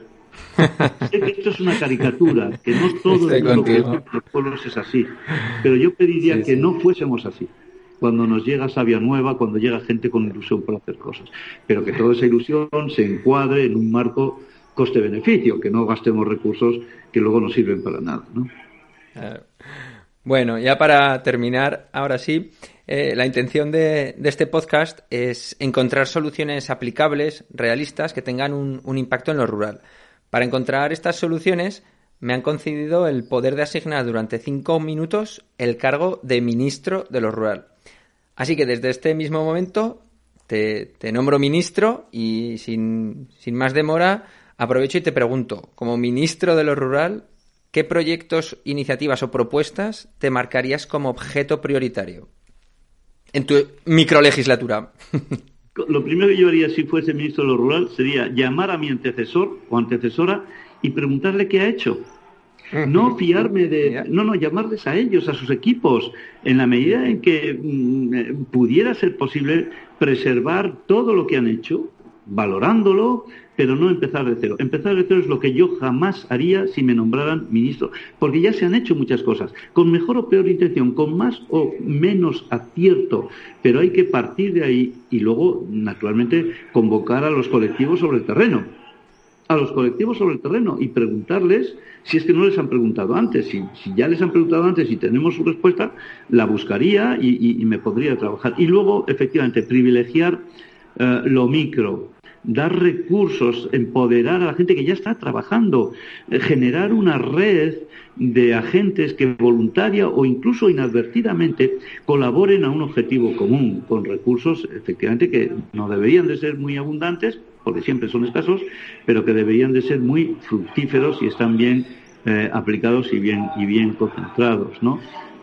Sé que esto es una caricatura, que no todo el mundo de los pueblos es así, pero yo pediría sí, que sí. no fuésemos así. Cuando nos llega savia nueva, cuando llega gente con ilusión por hacer cosas, pero que toda esa ilusión se encuadre en un marco coste-beneficio, que no gastemos recursos que luego no sirven para nada, ¿no? Uh, bueno, ya para terminar, ahora sí, eh, la intención de, de este podcast es encontrar soluciones aplicables, realistas, que tengan un, un impacto en lo rural. Para encontrar estas soluciones, me han concedido el poder de asignar durante cinco minutos el cargo de ministro de lo rural. Así que desde este mismo momento te, te nombro ministro y sin, sin más demora aprovecho y te pregunto, como ministro de lo rural, ¿qué proyectos, iniciativas o propuestas te marcarías como objeto prioritario en tu microlegislatura? Lo primero que yo haría si fuese ministro de lo rural sería llamar a mi antecesor o antecesora y preguntarle qué ha hecho. No fiarme de... No, no, llamarles a ellos, a sus equipos, en la medida en que mm, pudiera ser posible preservar todo lo que han hecho, valorándolo, pero no empezar de cero. Empezar de cero es lo que yo jamás haría si me nombraran ministro, porque ya se han hecho muchas cosas, con mejor o peor intención, con más o menos acierto, pero hay que partir de ahí y luego, naturalmente, convocar a los colectivos sobre el terreno. A los colectivos sobre el terreno y preguntarles si es que no les han preguntado antes. Si, si ya les han preguntado antes y tenemos su respuesta, la buscaría y, y, y me podría trabajar. Y luego, efectivamente, privilegiar eh, lo micro, dar recursos, empoderar a la gente que ya está trabajando, eh, generar una red de agentes que voluntaria o incluso inadvertidamente colaboren a un objetivo común, con recursos, efectivamente, que no deberían de ser muy abundantes, porque siempre son escasos, pero que deberían de ser muy fructíferos si están bien eh, aplicados y bien y bien concentrados, ¿no?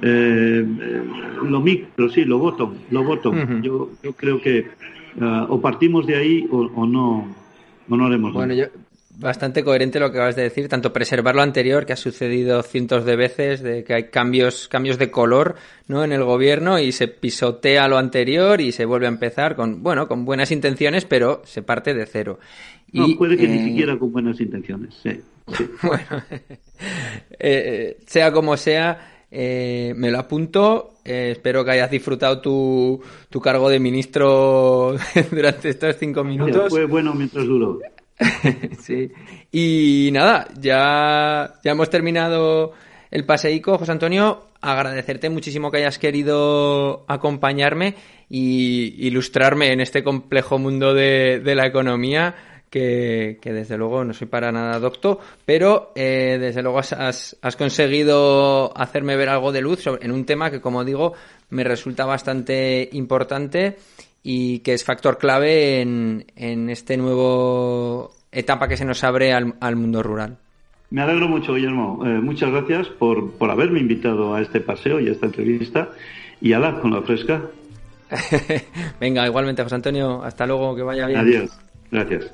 eh, eh, lo micro, sí, lo bottom, lo bottom. Uh-huh. Yo, yo creo que uh, o partimos de ahí o, o no, o no haremos bueno, nada. Yo, bastante coherente lo que acabas de decir, tanto preservar lo anterior, que ha sucedido cientos de veces, de que hay cambios, cambios de color, ¿no?, en el gobierno y se pisotea lo anterior y se vuelve a empezar con, bueno, con buenas intenciones, pero se parte de cero. No, y, puede que eh... ni siquiera con buenas intenciones, sí. sí. Bueno, eh, sea como sea, eh, me lo apunto. Eh, espero que hayas disfrutado tu, tu cargo de ministro durante estos cinco minutos. Fue bueno mientras duró. Sí. Y nada, ya, ya hemos terminado el paseico, José Antonio. Agradecerte muchísimo que hayas querido acompañarme y ilustrarme en este complejo mundo de, de la economía. Que, que desde luego no soy para nada docto, pero eh, desde luego has, has conseguido hacerme ver algo de luz sobre, en un tema que, como digo, me resulta bastante importante y que es factor clave en, en este nuevo etapa que se nos abre al, al mundo rural. Me alegro mucho, Guillermo. Eh, muchas gracias por, por haberme invitado a este paseo y a esta entrevista. Y ala, con la fresca. Venga, igualmente, José Antonio. Hasta luego, que vaya bien. Adiós. Gracias.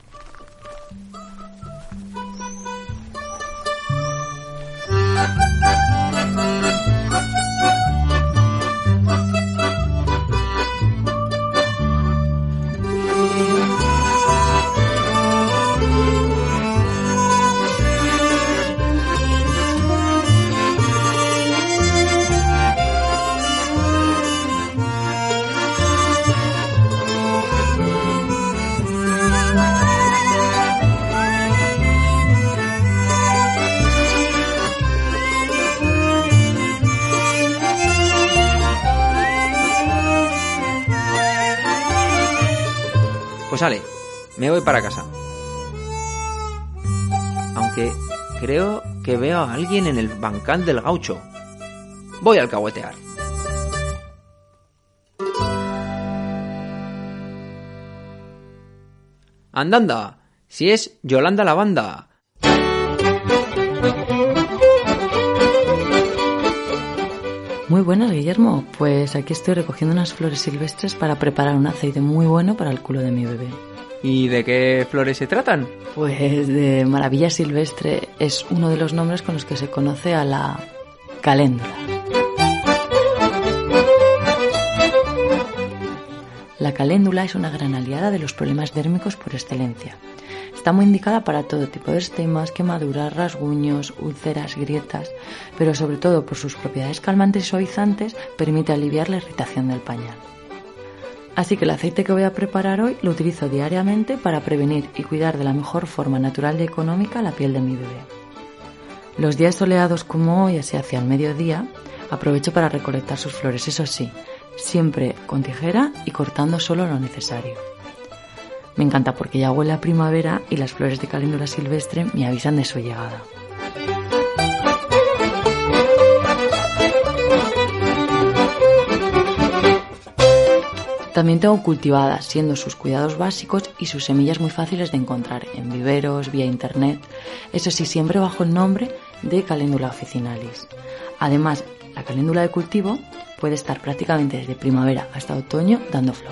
Pues sale, me voy para casa. Aunque creo que veo a alguien en el bancal del Gaucho. Voy a alcahuetear. Andanda, si es Yolanda la banda. Muy buenas, Guillermo. Pues aquí estoy recogiendo unas flores silvestres para preparar un aceite muy bueno para el culo de mi bebé. ¿Y de qué flores se tratan? Pues de maravilla silvestre es uno de los nombres con los que se conoce a la caléndula. La caléndula es una gran aliada de los problemas dérmicos por excelencia. Está muy indicada para todo tipo de estemas, quemaduras, rasguños, úlceras, grietas, pero sobre todo por sus propiedades calmantes y suavizantes permite aliviar la irritación del pañal. Así que el aceite que voy a preparar hoy lo utilizo diariamente para prevenir y cuidar de la mejor forma natural y económica la piel de mi bebé. Los días soleados como hoy, así hacia el mediodía, aprovecho para recolectar sus flores, eso sí, siempre con tijera y cortando solo lo necesario. Me encanta porque ya huele a primavera y las flores de caléndula silvestre me avisan de su llegada. También tengo cultivadas, siendo sus cuidados básicos y sus semillas muy fáciles de encontrar en viveros, vía internet, eso sí, siempre bajo el nombre de Caléndula officinalis. Además, la caléndula de cultivo puede estar prácticamente desde primavera hasta otoño dando flor.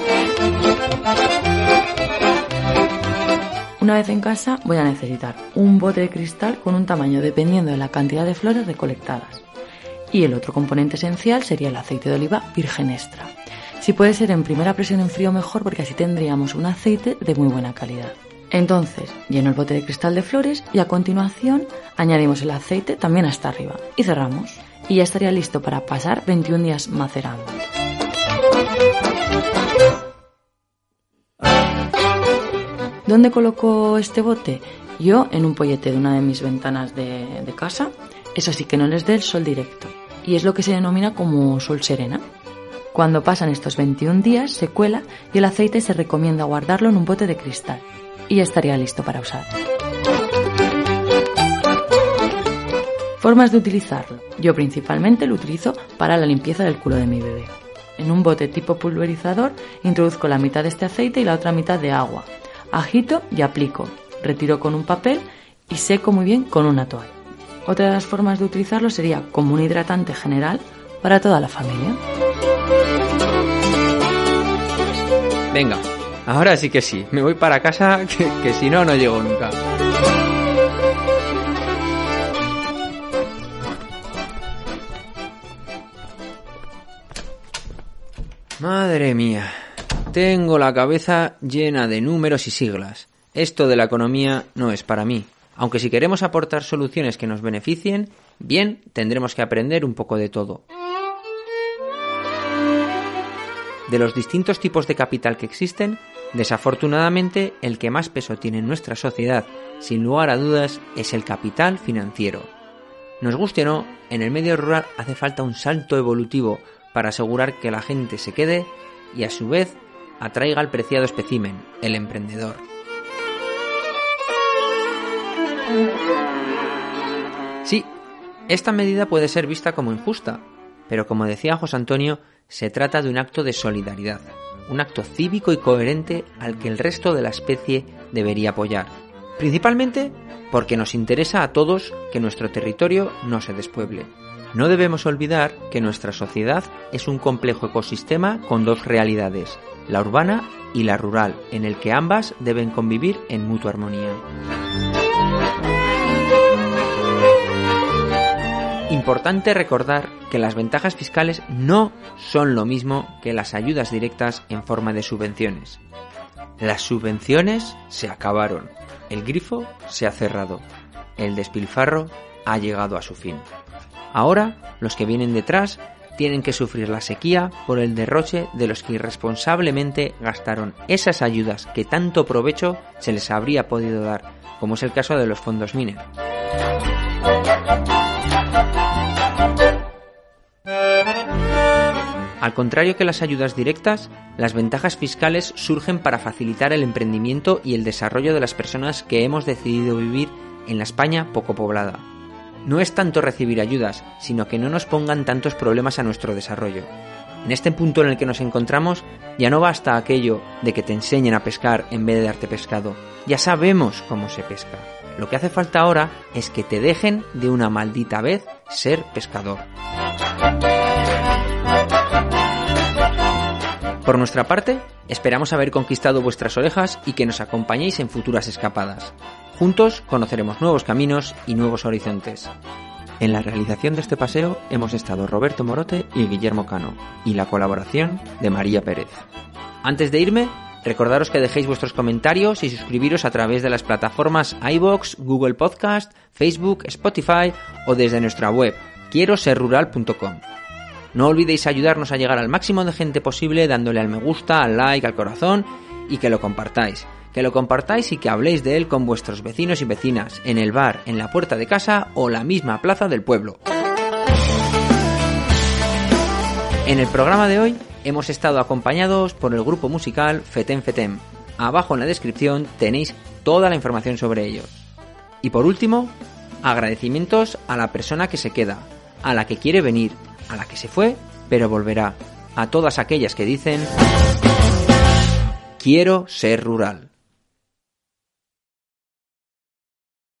Una vez en casa voy a necesitar un bote de cristal con un tamaño dependiendo de la cantidad de flores recolectadas. Y el otro componente esencial sería el aceite de oliva virgen extra. Si puede ser en primera presión en frío mejor porque así tendríamos un aceite de muy buena calidad. Entonces lleno el bote de cristal de flores y a continuación añadimos el aceite también hasta arriba y cerramos. Y ya estaría listo para pasar veintiún días macerando. ¿Dónde coloco este bote? Yo en un pollete de una de mis ventanas de, de casa, eso sí que no les dé el sol directo, y es lo que se denomina como sol serena. Cuando pasan estos veintiún días se cuela y el aceite se recomienda guardarlo en un bote de cristal, y ya estaría listo para usar. Formas de utilizarlo. Yo principalmente lo utilizo para la limpieza del culo de mi bebé. En un bote tipo pulverizador introduzco la mitad de este aceite y la otra mitad de agua. Agito y aplico, retiro con un papel y seco muy bien con una toalla. Otra de las formas de utilizarlo sería como un hidratante general para toda la familia. Venga, ahora sí que sí, me voy para casa, que, que si no, no llego nunca. Madre mía, tengo la cabeza llena de números y siglas. Esto de la economía no es para mí. Aunque si queremos aportar soluciones que nos beneficien, bien, tendremos que aprender un poco de todo. De los distintos tipos de capital que existen, desafortunadamente el que más peso tiene en nuestra sociedad, sin lugar a dudas, es el capital financiero. Nos guste o no, en el medio rural hace falta un salto evolutivo para asegurar que la gente se quede y a su vez atraiga al preciado espécimen, el emprendedor. Sí, esta medida puede ser vista como injusta, pero como decía José Antonio, se trata de un acto de solidaridad, un acto cívico y coherente al que el resto de la especie debería apoyar, principalmente porque nos interesa a todos que nuestro territorio no se despueble. No debemos olvidar que nuestra sociedad es un complejo ecosistema con dos realidades, la urbana y la rural, en el que ambas deben convivir en mutua armonía. Importante recordar que las ventajas fiscales no son lo mismo que las ayudas directas en forma de subvenciones. Las subvenciones se acabaron, el grifo se ha cerrado, el despilfarro ha llegado a su fin. Ahora, los que vienen detrás tienen que sufrir la sequía por el derroche de los que irresponsablemente gastaron esas ayudas que tanto provecho se les habría podido dar, como es el caso de los fondos Miner. Al contrario que las ayudas directas, las ventajas fiscales surgen para facilitar el emprendimiento y el desarrollo de las personas que hemos decidido vivir en la España poco poblada. No es tanto recibir ayudas, sino que no nos pongan tantos problemas a nuestro desarrollo. En este punto en el que nos encontramos, ya no basta aquello de que te enseñen a pescar en vez de darte pescado. Ya sabemos cómo se pesca. Lo que hace falta ahora es que te dejen de una maldita vez ser pescador. Por nuestra parte, esperamos haber conquistado vuestras orejas y que nos acompañéis en futuras escapadas. Juntos conoceremos nuevos caminos y nuevos horizontes. En la realización de este paseo hemos estado Roberto Morote y Guillermo Cano, y la colaboración de María Pérez. Antes de irme, recordaros que dejéis vuestros comentarios y suscribiros a través de las plataformas iVoox, Google Podcast, Facebook, Spotify o desde nuestra web quiero ser rural punto com. No olvidéis ayudarnos a llegar al máximo de gente posible dándole al me gusta, al like, al corazón y que lo compartáis. Que lo compartáis y que habléis de él con vuestros vecinos y vecinas, en el bar, en la puerta de casa o la misma plaza del pueblo. En el programa de hoy hemos estado acompañados por el grupo musical Fetem Fetem. Abajo en la descripción tenéis toda la información sobre ellos. Y por último, agradecimientos a la persona que se queda, a la que quiere venir, a la que se fue pero volverá, a todas aquellas que dicen quiero ser rural.